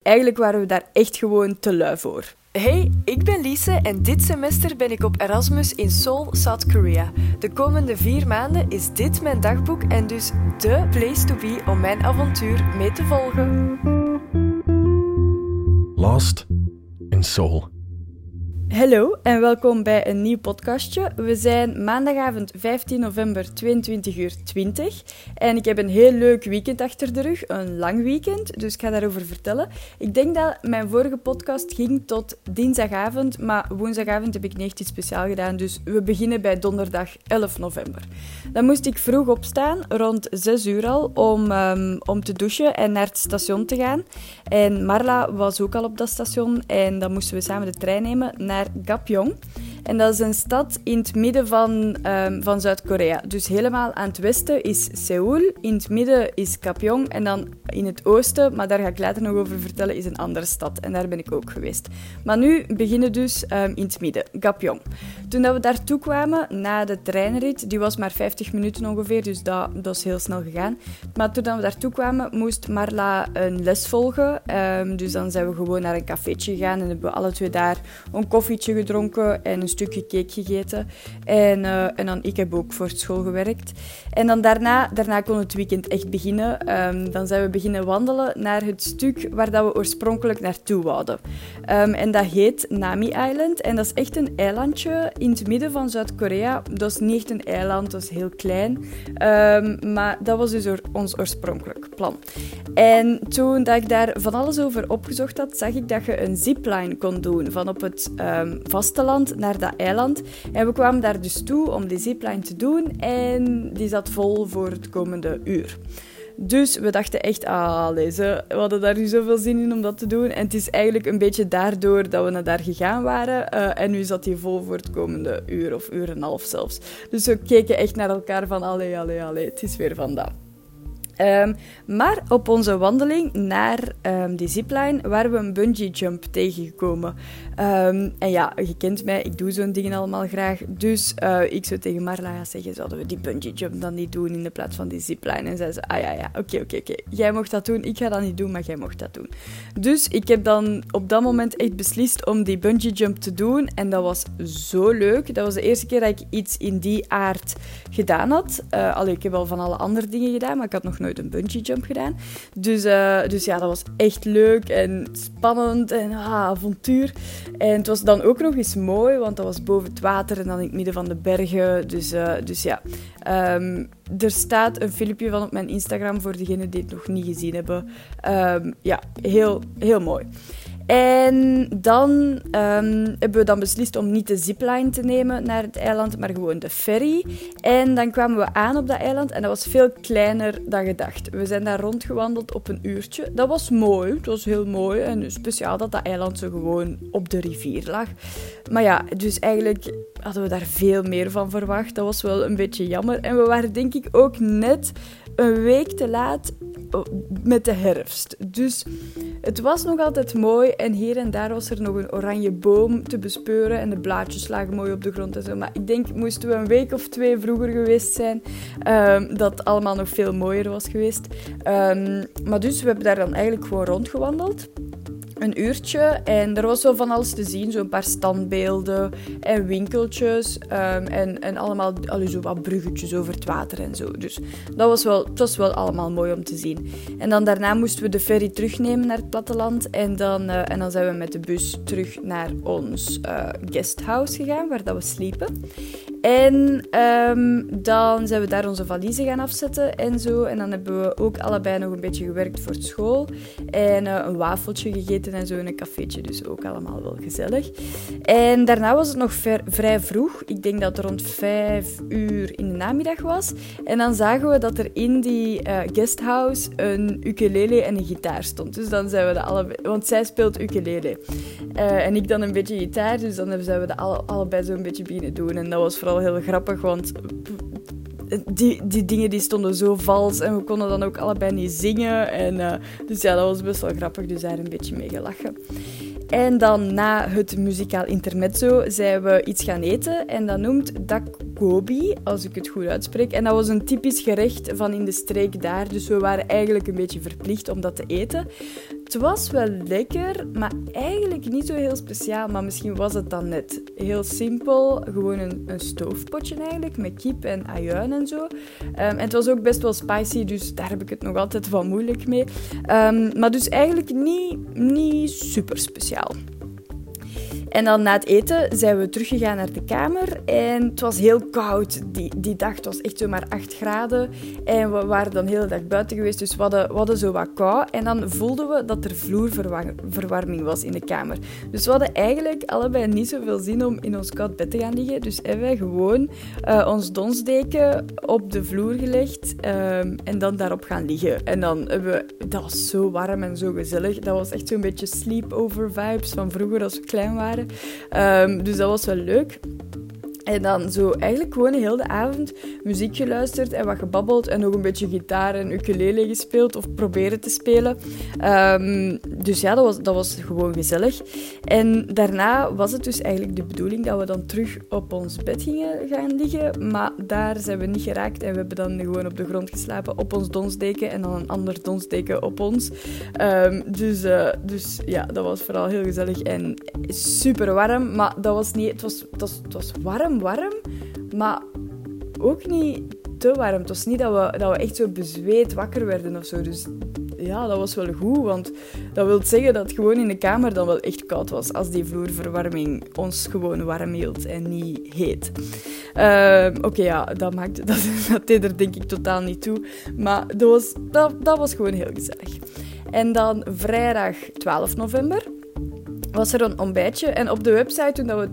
eigenlijk waren we daar echt gewoon te lui voor. Hey, ik ben Lise en dit semester ben ik op Erasmus in Seoul, South Korea. De komende 4 maanden is dit mijn dagboek en dus dé place to be om mijn avontuur mee te volgen. Lost in Seoul. Hallo en welkom bij een nieuw podcastje. We zijn maandagavond 15 november 22:20 en ik heb een heel leuk weekend achter de rug, een lang weekend, dus ik ga daarover vertellen. Ik denk dat mijn vorige podcast ging tot dinsdagavond, maar woensdagavond heb ik niet echt iets speciaal gedaan, dus we beginnen bij donderdag 11 november. Dan moest ik vroeg opstaan, rond 6 uur al, om te douchen en naar het station te gaan. En Marla was ook al op dat station en dan moesten we samen de trein nemen naar Gapyeong. En dat is een stad in het midden van Zuid-Korea. Dus helemaal aan het westen is Seoul, in het midden is Gapyeong en dan in het oosten, maar daar ga ik later nog over vertellen, is een andere stad. En daar ben ik ook geweest. Maar nu beginnen dus in het midden, Gapyeong. Toen dat we daartoe kwamen, na de treinrit, die was maar 50 minuten ongeveer, dus dat is heel snel gegaan. Maar toen we daartoe kwamen, moest Marla een les volgen. Dus dan zijn we gewoon naar een cafeetje gegaan en hebben we alle twee daar een koffietje gedronken en een stukje cake gegeten. En dan ik heb ook voor school gewerkt. En dan daarna kon het weekend echt beginnen. Dan zijn we beginnen wandelen naar het stuk waar dat we oorspronkelijk naartoe wouden. En dat heet Nami Island. En dat is echt een eilandje in het midden van Zuid-Korea. Dat is niet echt een eiland, dat is heel klein. Maar dat was dus ons oorspronkelijk plan. En toen dat ik daar van alles over opgezocht had, zag ik dat je een zipline kon doen van op het vasteland naar dat eiland. En we kwamen daar dus toe om die zipline te doen en die zat vol voor het komende uur. Dus we dachten echt, we hadden daar nu zoveel zin in om dat te doen. En het is eigenlijk een beetje daardoor dat we naar daar gegaan waren. En nu zat die vol voor het komende uur of uur en een half zelfs. Dus we keken echt naar elkaar van, allee, het is weer vandaag. Maar op onze wandeling naar die zipline waren we een bungee jump tegengekomen. En ja, je kent mij, ik doe zo'n dingen allemaal graag. Dus ik zou tegen Marla zeggen, zouden we die bungee jump dan niet doen in de plaats van die zipline? En zei ze, oké. Jij mocht dat doen, ik ga dat niet doen, maar jij mocht dat doen. Dus ik heb dan op dat moment echt beslist om die bungee jump te doen. En dat was zo leuk. Dat was de eerste keer dat ik iets in die aard gedaan had. Ik heb al van alle andere dingen gedaan, maar ik had nog nooit een bungee jump gedaan. Dus ja, dat was echt leuk en spannend en avontuur. En het was dan ook nog eens mooi, want dat was boven het water en dan in het midden van de bergen. Dus ja. Er staat een filmpje van op mijn Instagram voor degenen die het nog niet gezien hebben. Ja, heel, heel mooi. En dan hebben we dan beslist om niet de zipline te nemen naar het eiland, maar gewoon de ferry. En dan kwamen we aan op dat eiland en dat was veel kleiner dan gedacht. We zijn daar rondgewandeld op een uurtje. Dat was mooi, het was heel mooi en speciaal dat dat eiland zo gewoon op de rivier lag. Maar ja, dus eigenlijk hadden we daar veel meer van verwacht. Dat was wel een beetje jammer. En we waren denk ik ook net een week te laat met de herfst. Dus het was nog altijd mooi en hier en daar was er nog een oranje boom te bespeuren en de blaadjes lagen mooi op de grond en zo. Maar ik denk, moesten we een week of 2 vroeger geweest zijn, dat het allemaal nog veel mooier was geweest. Maar dus, we hebben daar dan eigenlijk gewoon rondgewandeld. Een uurtje en er was wel van alles te zien, zo'n paar standbeelden en winkeltjes en allemaal zo wat bruggetjes over het water en zo. Dus het was wel allemaal mooi om te zien. En dan daarna moesten we de ferry terugnemen naar het platteland en dan zijn we met de bus terug naar ons guesthouse gegaan, waar dat we sliepen. En dan zijn we daar onze valiezen gaan afzetten en zo. En dan hebben we ook allebei nog een beetje gewerkt voor school. En een wafeltje gegeten en zo in een cafeetje. Dus ook allemaal wel gezellig. En daarna was het nog vrij vroeg. Ik denk dat het rond 5 uur in de namiddag was. En dan zagen we dat er in die guesthouse een ukulele en een gitaar stond. Dus dan zijn we dat allebei... Want zij speelt ukulele. En ik dan een beetje gitaar. Dus dan zijn we dat allebei zo een beetje beginnen doen. En dat was vooral heel grappig, want die dingen die stonden zo vals en we konden dan ook allebei niet zingen. En, dus ja, dat was best wel grappig, dus daar een beetje mee gelachen. En dan na het muzikaal intermezzo zijn we iets gaan eten en dat noemt gobi, als ik het goed uitspreek. En dat was een typisch gerecht van in de streek daar. Dus we waren eigenlijk een beetje verplicht om dat te eten. Het was wel lekker, maar eigenlijk niet zo heel speciaal. Maar misschien was het dan net heel simpel. Gewoon een stoofpotje eigenlijk, met kip en ajuin en zo. En het was ook best wel spicy, dus daar heb ik het nog altijd wat moeilijk mee. Maar dus eigenlijk niet super speciaal. En dan na het eten zijn we teruggegaan naar de kamer en het was heel koud. Die dag, het was echt zomaar 8 graden en we waren dan de hele dag buiten geweest, dus we hadden zo wat kou. En dan voelden we dat er vloerverwarming was in de kamer. Dus we hadden eigenlijk allebei niet zoveel zin om in ons koud bed te gaan liggen. Dus hebben wij gewoon ons donsdeken op de vloer gelegd en dan daarop gaan liggen. En dan hebben we... Dat was zo warm en zo gezellig. Dat was echt zo'n beetje sleepover vibes van vroeger als we klein waren. Dus dat was wel leuk. En dan zo eigenlijk gewoon de hele avond muziek geluisterd en wat gebabbeld en nog een beetje gitaar en ukulele gespeeld of proberen te spelen. Dus ja, dat was gewoon gezellig. En daarna was het dus eigenlijk de bedoeling dat we dan terug op ons bed gaan liggen, maar daar zijn we niet geraakt en we hebben dan gewoon op de grond geslapen op ons donsdeken en dan een ander donsdeken op ons. Dus ja, dat was vooral heel gezellig en super warm, maar dat was niet... Het was warm, maar ook niet te warm. Het was niet dat we echt zo bezweet wakker werden of zo. Dus ja, dat was wel goed, want dat wil zeggen dat het gewoon in de kamer dan wel echt koud was als die vloerverwarming ons gewoon warm hield en niet heet. Oké, ja, dat deed er denk ik totaal niet toe. Maar dat was gewoon heel gezellig. En dan vrijdag 12 november... was er een ontbijtje. En op de website, toen we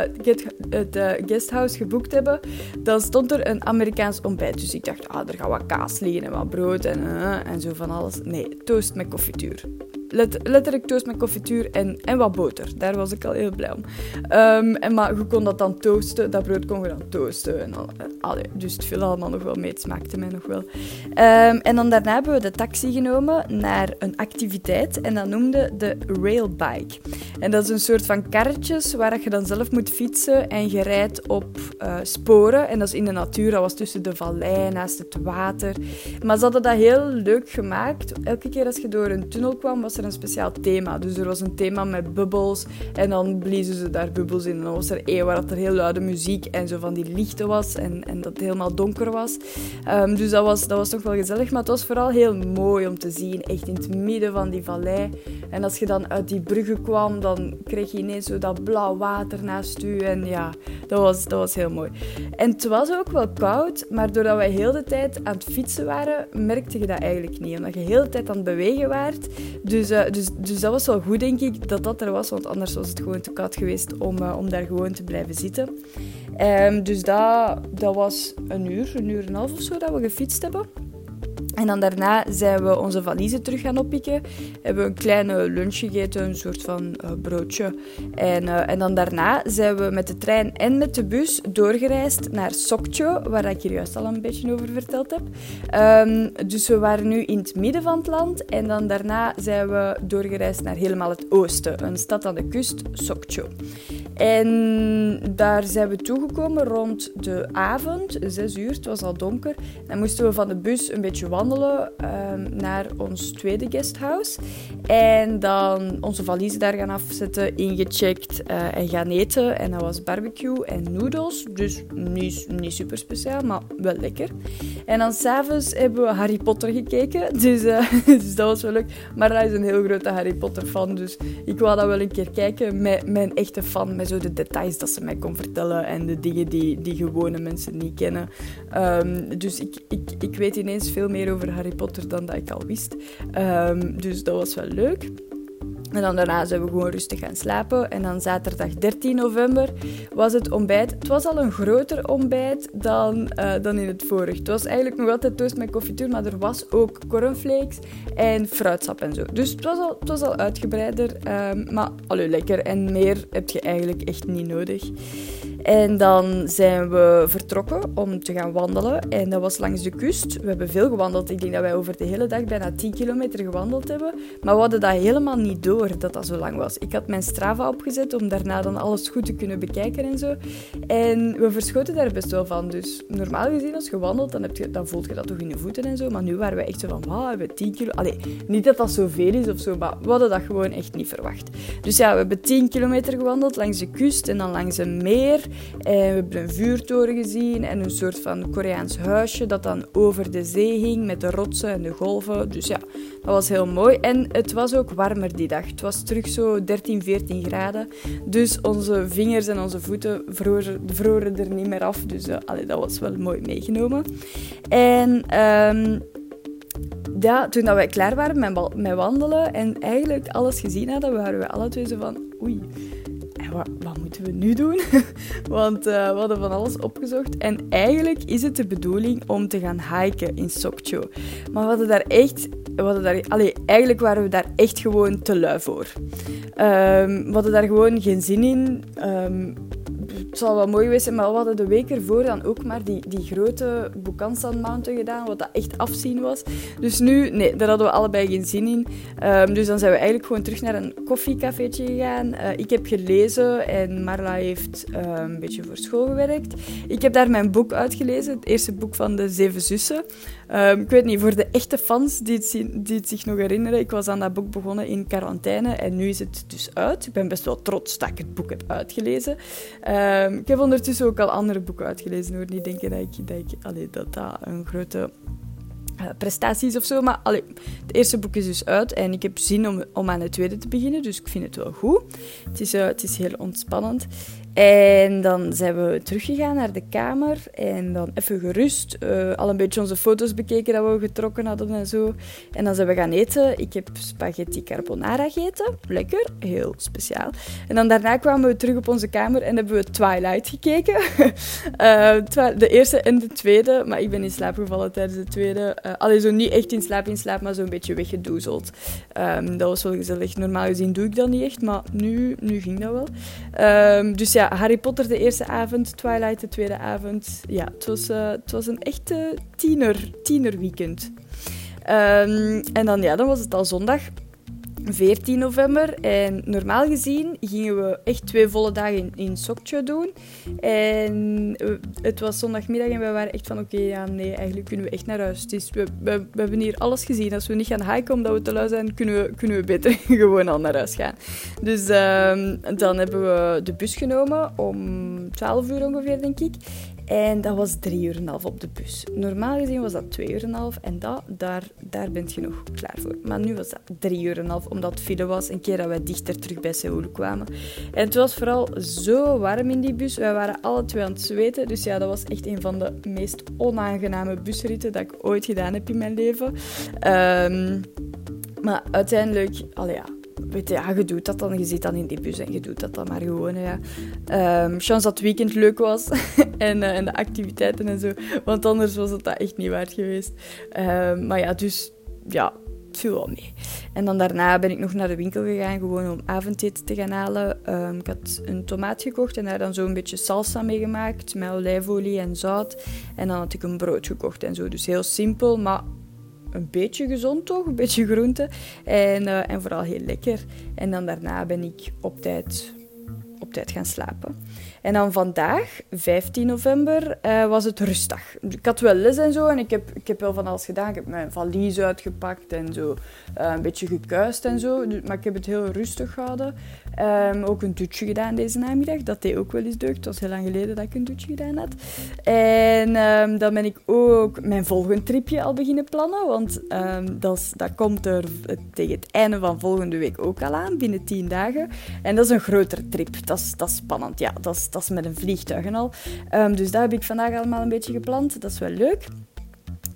het guesthouse geboekt hebben, dan stond er een Amerikaans ontbijt. Dus ik dacht, er gaat wat kaas liggen en wat brood en zo van alles. Nee, toast met confituur. Letterlijk toast met confituur en wat boter. Daar was ik al heel blij om. Maar je kon dat dan toasten. Dat brood kon je dan toasten. En dus het viel allemaal nog wel mee. Het smaakte mij nog wel. En dan daarna hebben we de taxi genomen naar een activiteit. En dat noemde de railbike. En dat is een soort van karretjes waar je dan zelf moet fietsen. En je rijdt op sporen. En dat is in de natuur. Dat was tussen de vallei, naast het water. Maar ze hadden dat heel leuk gemaakt. Elke keer als je door een tunnel kwam, was er een speciaal thema. Dus er was een thema met bubbels en dan bliezen ze daar bubbels in. En dan was er waar er heel luide muziek en zo van die lichten was en dat het helemaal donker was. Dus dat was toch wel gezellig, maar het was vooral heel mooi om te zien. Echt in het midden van die vallei. En als je dan uit die bruggen kwam, dan kreeg je ineens zo dat blauw water naast je. En ja, dat was heel mooi. En het was ook wel koud, maar doordat wij heel de tijd aan het fietsen waren, merkte je dat eigenlijk niet. Omdat je heel de tijd aan het bewegen waart. Dus dat was wel goed, denk ik, dat er was. Want anders was het gewoon te koud geweest om daar gewoon te blijven zitten. Dus dat was een uur en een half of zo dat we gefietst hebben. En dan daarna zijn we onze valiezen terug gaan oppikken. Hebben we een kleine lunch gegeten, een soort van broodje. En dan daarna zijn we met de trein en met de bus doorgereisd naar Sokcho, waar ik hier juist al een beetje over verteld heb. Dus we waren nu in het midden van het land. En dan daarna zijn we doorgereisd naar helemaal het oosten. Een stad aan de kust, Sokcho. En daar zijn we toegekomen rond de avond, 6 uur. Het was al donker. Dan moesten we van de bus een beetje wandelen naar ons tweede guesthouse. En dan onze valiezen daar gaan afzetten, ingecheckt en gaan eten. En dat was barbecue en noedels. Dus niet super speciaal, maar wel lekker. En dan 's avonds hebben we Harry Potter gekeken. Dus dat was wel leuk. Maar hij is een heel grote Harry Potter fan. Dus ik wou dat wel een keer kijken met mijn echte fan. Met zo de details dat ze mij kon vertellen. En de dingen die gewone mensen niet kennen. Dus ik weet ineens veel meer over Harry Potter dan dat ik al wist. Dus dat was wel leuk. En dan daarna zijn we gewoon rustig gaan slapen. En dan zaterdag 13 november was het ontbijt. Het was al een groter ontbijt dan in het vorige. Het was eigenlijk nog altijd toast met confituur, maar er was ook cornflakes en fruitsap en zo. Dus het was al uitgebreider, maar lekker. En meer heb je eigenlijk echt niet nodig. En dan zijn we vertrokken om te gaan wandelen. En dat was langs de kust. We hebben veel gewandeld. Ik denk dat wij over de hele dag bijna 10 kilometer gewandeld hebben. Maar we hadden dat helemaal niet door, dat dat zo lang was. Ik had mijn Strava opgezet om daarna dan alles goed te kunnen bekijken en zo. En we verschoten daar best wel van. Dus normaal gezien, als je wandelt, dan voelt je dat toch in je voeten en zo. Maar nu waren we echt zo van, we hebben 10 kilo... Allee, niet dat dat zoveel is of zo, maar we hadden dat gewoon echt niet verwacht. Dus ja, we hebben 10 kilometer gewandeld langs de kust en dan langs een meer. En we hebben een vuurtoren gezien en een soort van Koreaans huisje dat dan over de zee hing met de rotsen en de golven. Dus ja, dat was heel mooi. En het was ook warmer die dag. Het was terug zo 13, 14 graden. Dus onze vingers en onze voeten vroren er niet meer af. Dus dat was wel mooi meegenomen. En toen dat wij klaar waren met wandelen en eigenlijk alles gezien hadden, waren we alle twee zo van, oei, wat moeten we nu doen? Want we hadden van alles opgezocht. En eigenlijk is het de bedoeling om te gaan hiken in Sokcho. Maar eigenlijk waren we daar echt gewoon te lui voor. We hadden daar gewoon geen zin in. Het zal wel mooi geweest zijn, maar we hadden de week ervoor dan ook maar die grote Bukhansan Mountain gedaan, wat dat echt afzien was. Dus nu, nee, daar hadden we allebei geen zin in. Dus dan zijn we eigenlijk gewoon terug naar een koffiecafeetje gegaan. Ik heb gelezen en Marla heeft een beetje voor school gewerkt. Ik heb daar mijn boek uitgelezen, het eerste boek van de 7 zussen. Ik weet niet, voor de echte fans die het zich nog herinneren, ik was aan dat boek begonnen in quarantaine en nu is het dus uit. Ik ben best wel trots dat ik het boek heb uitgelezen. Ik heb ondertussen ook al andere boeken uitgelezen, hoor. Niet denken dat een grote prestatie is of zo. Maar het eerste boek is dus uit en ik heb zin om aan het tweede te beginnen, dus ik vind het wel goed. Het is heel ontspannend. En dan zijn we teruggegaan naar de kamer en dan even gerust. Al een beetje onze foto's bekeken dat we getrokken hadden en zo. En dan zijn we gaan eten. Ik heb spaghetti carbonara gegeten. Lekker, heel speciaal. En dan daarna kwamen we terug op onze kamer en hebben we Twilight gekeken. De eerste en de tweede, maar ik ben in slaap gevallen tijdens de tweede. Zo niet echt in slaap, maar zo'n beetje weggedoezeld. Dat was wel gezellig. Normaal gezien doe ik dat niet echt, maar nu ging dat wel. Dus ja, Harry Potter de eerste avond, Twilight de tweede avond. Ja, het was een echte tienerweekend. En dan was het al zondag, 14 november. En normaal gezien gingen we echt 2 volle dagen in Sokcho doen. En het was zondagmiddag en we waren echt van eigenlijk kunnen we echt naar huis. Dus we hebben hier alles gezien. Als we niet gaan hiken omdat we te lui zijn, kunnen we beter gewoon al naar huis gaan. Dus dan hebben we de bus genomen om 12 uur ongeveer, denk ik. En dat was 3,5 uur op de bus. Normaal gezien was dat 2,5 uur en daar ben je nog klaar voor. Maar nu was dat 3,5 uur, omdat het file was, een keer dat wij dichter terug bij Seoul kwamen. En het was vooral zo warm in die bus. Wij waren alle twee aan het zweten. Dus ja, dat was echt een van de meest onaangename busritten dat ik ooit gedaan heb in mijn leven. Maar uiteindelijk, weet je, je doet dat dan, je zit dan in die bus en je doet dat dan maar gewoon, ja. Chance dat het weekend leuk was en de activiteiten en zo, want anders was het dat echt niet waard geweest. Maar ja, dus, ja, het viel wel mee. En dan daarna ben ik nog naar de winkel gegaan, gewoon om avondeten te gaan halen. Ik had een tomaat gekocht en daar dan zo een beetje salsa mee gemaakt, met olijfolie en zout. En dan had ik een brood gekocht en zo, dus heel simpel, maar een beetje gezond toch, een beetje groente en vooral heel lekker. En dan daarna ben ik op tijd gaan slapen. En dan vandaag, 15 november, was het rustdag. Ik had wel les en zo en ik heb wel van alles gedaan. Ik heb mijn valies uitgepakt en zo een beetje gekuist en zo. Maar ik heb het heel rustig gehouden. Ook een dutje gedaan deze namiddag. Dat deed ook wel eens deugd. Het was heel lang geleden dat ik een dutje gedaan had. En dan ben ik ook mijn volgende tripje al beginnen plannen. Want dat komt er tegen het einde van volgende week ook al aan, binnen 10 dagen. En dat is een grotere trip. Dat is spannend. Ja, dat is met een vliegtuig en al. Dus dat heb ik vandaag allemaal een beetje gepland. Dat is wel leuk.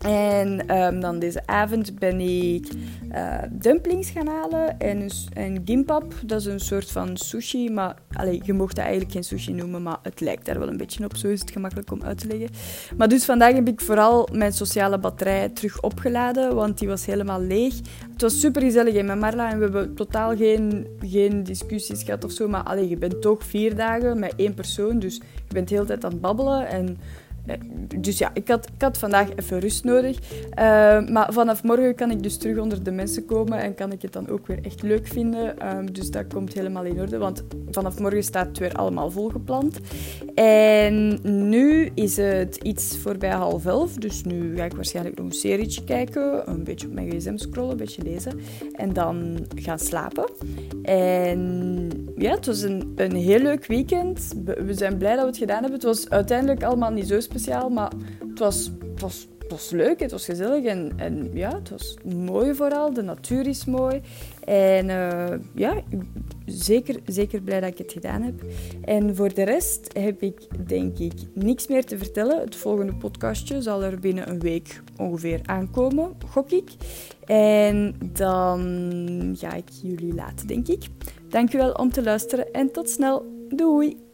En dan deze avond ben ik dumplings gaan halen en gimbap. Dat is een soort van sushi, maar je mocht dat eigenlijk geen sushi noemen, maar het lijkt daar wel een beetje op. Zo is het gemakkelijk om uit te leggen. Maar dus vandaag heb ik vooral mijn sociale batterij terug opgeladen, want die was helemaal leeg. Het was super gezellig met Marla en we hebben totaal geen discussies gehad of zo. Maar je bent toch 4 dagen met 1 persoon, dus je bent de hele tijd aan het babbelen en... Dus ja, ik had vandaag even rust nodig. Maar vanaf morgen kan ik dus terug onder de mensen komen en kan ik het dan ook weer echt leuk vinden. Dus dat komt helemaal in orde, want vanaf morgen staat het weer allemaal volgepland. En nu is het iets voorbij 10:30, dus nu ga ik waarschijnlijk nog een serietje kijken, een beetje op mijn gsm scrollen, een beetje lezen en dan gaan slapen. En ja, het was een heel leuk weekend. We zijn blij dat we het gedaan hebben. Het was uiteindelijk allemaal niet zo speciaal, maar het was leuk, het was gezellig en ja, het was mooi vooral. De natuur is mooi. En ja, zeker blij dat ik het gedaan heb. En voor de rest heb ik, denk ik, niks meer te vertellen. Het volgende podcastje zal er binnen een week ongeveer aankomen, gok ik. En dan ga ik jullie laten, denk ik. Dankjewel om te luisteren en tot snel. Doei!